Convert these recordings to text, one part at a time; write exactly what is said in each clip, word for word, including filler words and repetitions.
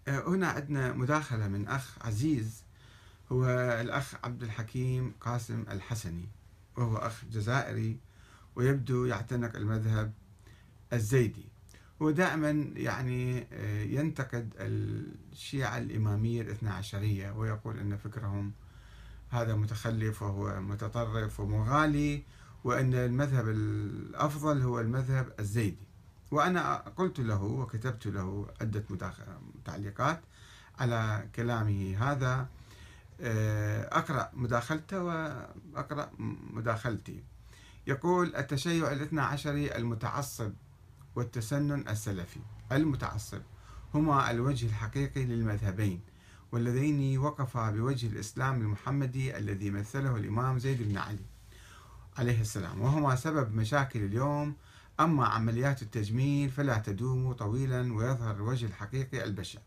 آه، هنا عندنا مداخلة من أخ عزيز، هو الأخ عبد الحكيم قاسم الحسني، وهو أخ جزائري ويبدو يعتنق المذهب الزيدي. هو دائما يعني آه، ينتقد الشيعة الإمامية الاثنى عشرية ويقول أن فكرهم هذا متخلف وهو متطرف ومغالي، وأن المذهب الأفضل هو المذهب الزيدي. وأنا قلت له وكتبت له عدة تعليقات على كلامه هذا. أقرأ مداخلته وأقرأ مداخلتي. يقول: التشيع الاثنى عشري المتعصب والتسنن السلفي المتعصب هما الوجه الحقيقي للمذهبين، واللذين وقفا بوجه الإسلام المحمدي الذي مثله الإمام زيد بن علي عليه السلام، وهما سبب مشاكل اليوم. أما عمليات التجميل فلا تدوم طويلا ويظهر الوجه الحقيقي البشع.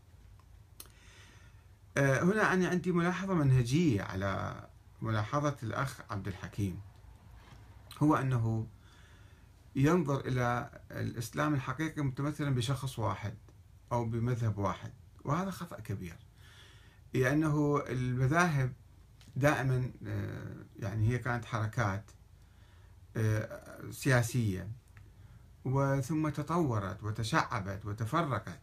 هنا أنا عندي ملاحظة منهجية على ملاحظة الأخ عبد الحكيم، هو أنه ينظر إلى الإسلام الحقيقي متمثلا بشخص واحد أو بمذهب واحد، وهذا خطأ كبير، لأنه المذاهب دائما يعني هي كانت حركات سياسية وثم تطورت وتشعبت وتفرقت،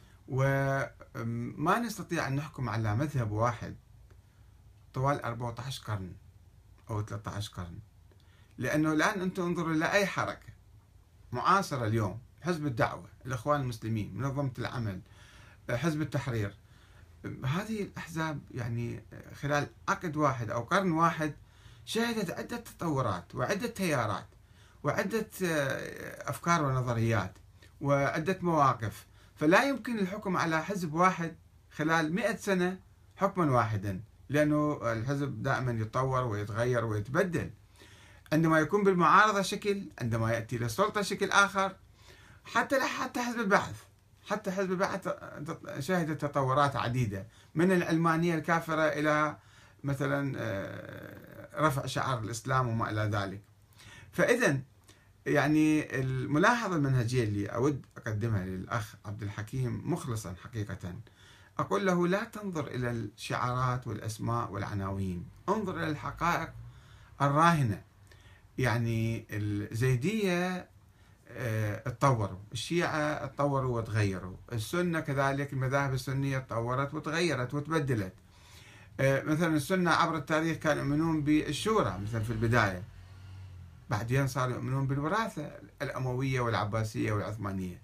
وما نستطيع أن نحكم على مذهب واحد طوال أربعة عشر قرن أو ثلاثة عشر قرن، لأنه الآن أنتم انظروا إلى أي حركة معاصرة اليوم، حزب الدعوة، الإخوان المسلمين، منظمة العمل، حزب التحرير، هذه الأحزاب يعني خلال عقد واحد أو قرن واحد شهدت عدة تطورات وعدة تيارات وعدة أفكار ونظريات وعدة مواقف، فلا يمكن الحكم على حزب واحد خلال مئة سنة حكما واحدا، لأنه الحزب دائما يتطور ويتغير ويتبدل. عندما يكون بالمعارضة شكل، عندما يأتي للسلطة شكل آخر. حتى حتى حزب البعث حتى حزب البعث شهد تطورات عديدة، من العلمانية الكافرة إلى مثلا رفع شعار الإسلام وما إلى ذلك. فإذا يعني الملاحظة المنهجية اللي أود أقدمها للأخ عبد الحكيم مخلصا حقيقة، أقول له: لا تنظر إلى الشعارات والأسماء والعناوين، انظر إلى الحقائق الراهنة. يعني الزيدية اتطوروا، الشيعة اتطوروا وتغيروا، السنة كذلك، المذاهب السنية اتطورت وتغيرت وتبدلت. مثلا السنة عبر التاريخ كانوا يؤمنون بالشورى مثلا في البداية، بعدين صاروا يؤمنون بالوراثة الأموية والعباسية والعثمانية.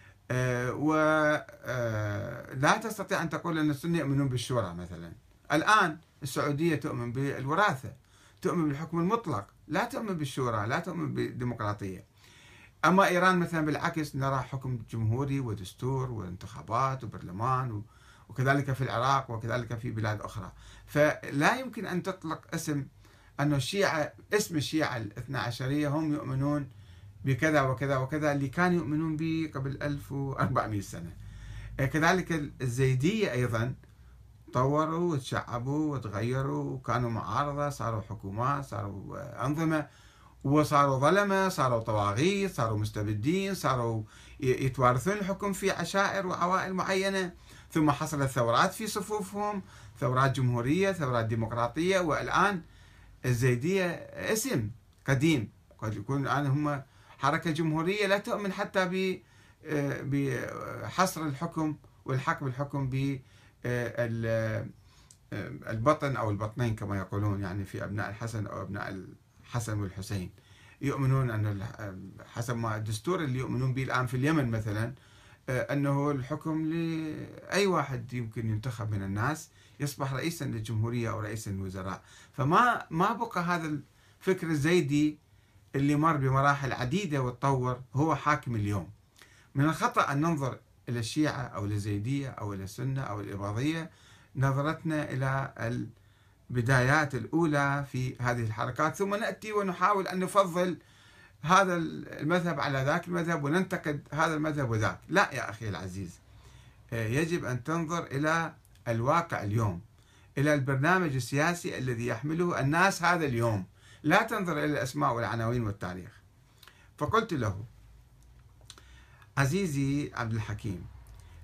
ولا تستطيع أن تقول أن السنة يؤمنون بالشورى مثلا. الآن السعودية تؤمن بالوراثة، تؤمن بالحكم المطلق، لا تؤمن بالشورى، لا تؤمن بالديمقراطية. أما إيران مثلا بالعكس، نرى حكم جمهوري ودستور وانتخابات وبرلمان، وكذلك في العراق وكذلك في بلاد أخرى. فلا يمكن أن تطلق اسم أن الشيعة، اسم الشيعة الاثنى عشرية هم يؤمنون بكذا وكذا وكذا اللي كانوا يؤمنون به قبل ألف وأربعمئة سنة. كذلك الزيدية أيضا طوروا وتشعبوا وتغيروا، وكانوا معارضة، صاروا حكومات، صاروا أنظمة، وصاروا ظلمة، صاروا طواغيت، صاروا مستبدين، صاروا يتوارثون الحكم في عشائر وعوائل معينة، ثم حصلت ثورات في صفوفهم، ثورات جمهورية، ثورات ديمقراطية. والآن الزيدية اسم قديم، قد يكون الآن هم حركة جمهورية لا تؤمن حتى بحصر الحكم والحق بالحكم بالبطن أو البطنين كما يقولون، يعني في أبناء الحسن أو أبناء الحسن والحسين. يؤمنون أن حسب ما الدستور اللي يؤمنون به الآن في اليمن مثلا، أنه الحكم لأي واحد يمكن ينتخب من الناس يصبح رئيسا للجمهورية أو رئيسا للوزراء. فما ما بقى هذا الفكر الزيدي اللي مر بمراحل عديدة وتطور هو حاكم اليوم. من الخطأ أن ننظر إلى الشيعة أو الزيدية أو إلى السنة أو الإباضية نظرتنا إلى البدايات الأولى في هذه الحركات، ثم نأتي ونحاول أن نفضل هذا المذهب على ذاك المذهب وننتقد هذا المذهب وذاك. لا يا أخي العزيز، يجب أن تنظر إلى الواقع اليوم، إلى البرنامج السياسي الذي يحمله الناس هذا اليوم، لا تنظر إلى الأسماء والعناوين والتاريخ. فقلت له: عزيزي عبد الحكيم،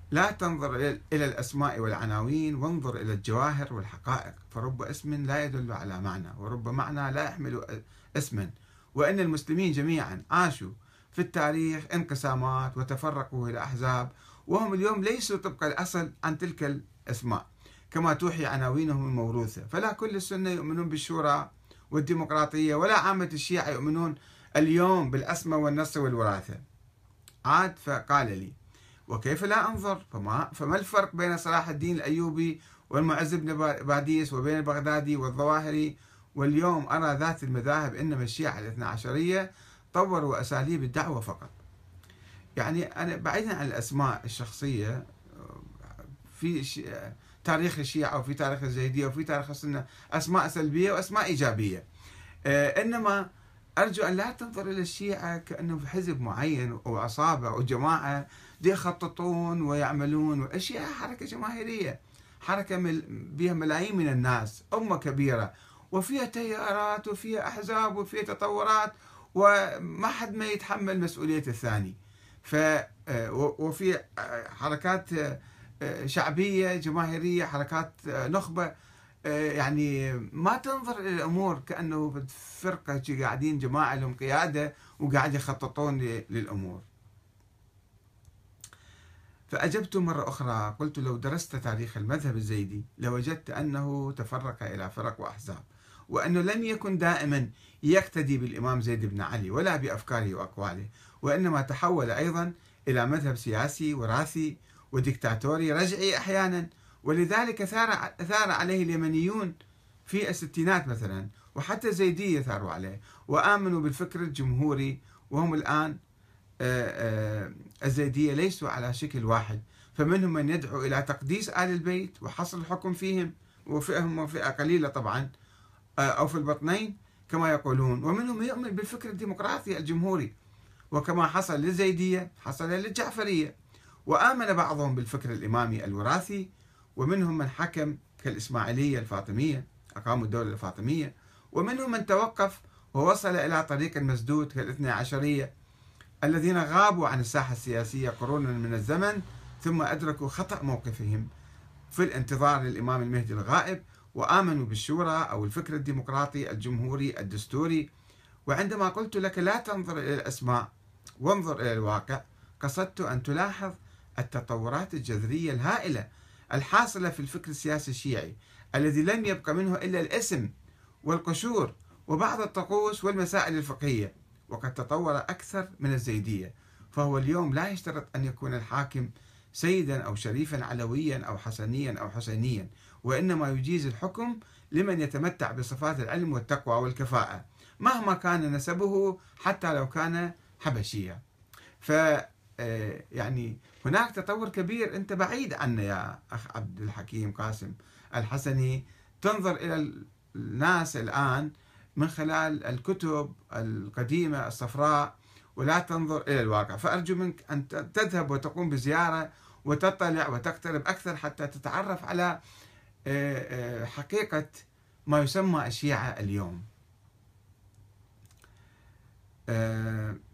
لا تنظر إلى الأسماء والعناوين، وانظر إلى الجواهر والحقائق، فرب اسم لا يدل على معنى، ورب معنى لا يحمل اسما. وإن المسلمين جميعا عاشوا في التاريخ انقسامات وتفرقوا إلى أحزاب، وهم اليوم ليسوا طبق الأصل عن تلك الأسماء كما توحي عناوينهم الموروثة. فلا كل السنة يؤمنون بالشورى والديمقراطية، ولا عامة الشيعة يؤمنون اليوم بالأسمى والنص والوراثة. عاد فقال لي: وكيف لا أنظر؟ فما, فما الفرق بين صلاح الدين الأيوبي والمعز بن باديس وبين البغدادي والظواهري؟ واليوم أرى ذات المذاهب إنما الشيعة الاثنى عشرية طوروا أساليب الدعوة فقط. يعني أنا بعيدا عن الأسماء الشخصية، في تاريخ الشيعة وفي تاريخ الزيدية وفي تاريخ السنة أسماء سلبية وأسماء إيجابية، إنما أرجو أن لا تنظر إلى الشيعة كأنه في حزب معين أو عصابة أو جماعة دي يخططون ويعملون. الشيعة حركة جماهيرية، حركة بها ملايين من الناس، أمة كبيرة وفيها تيارات وفيها أحزاب وفيها تطورات، وما حد ما يتحمل مسؤولية الثاني. ف وفي حركات شعبية جماهيرية، حركات نخبة، يعني ما تنظر إلى الأمور كأنه فرقة قاعدين جماعة لهم قيادة وقاعد يخططون للأمور. فأجبت مرة أخرى قلت: لو درست تاريخ المذهب الزيدي لوجدت أنه تفرق إلى فرق وأحزاب، وأنه لم يكن دائما يقتدي بالإمام زيد بن علي ولا بأفكاره وأقواله، وإنما تحول أيضا إلى مذهب سياسي وراثي وديكتاتوري رجعي أحيانا. ولذلك ثار ثار عليه اليمنيون في الستينات مثلا، وحتى الزيدية ثاروا عليه وآمنوا بالفكر الجمهوري، وهم الآن الزيدية ليسوا على شكل واحد، فمنهم من يدعو إلى تقديس آل البيت وحصر الحكم فيهم، وفئهم فئة قليلة طبعا أو في البطنين كما يقولون، ومنهم يؤمن بالفكر الديمقراطي الجمهوري، وكما حصل للزيدية حصل للجعفرية. وآمن بعضهم بالفكر الإمامي الوراثي، ومنهم من حكم كالإسماعيلية الفاطمية أقاموا الدولة الفاطمية، ومنهم من توقف ووصل إلى طريق المسدود كالاثنى عشرية الذين غابوا عن الساحة السياسية قرونا من الزمن، ثم أدركوا خطأ موقفهم في الانتظار للإمام المهدي الغائب، وآمنوا بالشورى أو الفكر الديمقراطي الجمهوري الدستوري. وعندما قلت لك لا تنظر إلى الأسماء وانظر إلى الواقع، قصدت أن تلاحظ التطورات الجذرية الهائلة الحاصلة في الفكر السياسي الشيعي الذي لم يبق منه إلا الاسم والقشور وبعض الطقوس والمسائل الفقهية، وقد تطور أكثر من الزيدية. فهو اليوم لا يشترط أن يكون الحاكم سيدا أو شريفا علويا أو حسنيا أو حسينيا، وإنما يجيز الحكم لمن يتمتع بصفات العلم والتقوى والكفاءة مهما كان نسبه، حتى لو كان حبشيا. ف يعني هناك تطور كبير أنت بعيد عنه يا أخ عبد الحكيم قاسم الحسني. تنظر إلى الناس الآن من خلال الكتب القديمة الصفراء ولا تنظر إلى الواقع. فأرجو منك أن تذهب وتقوم بزيارة وتطلع وتقترب أكثر حتى تتعرف على حقيقة ما يسمى الشيعة اليوم.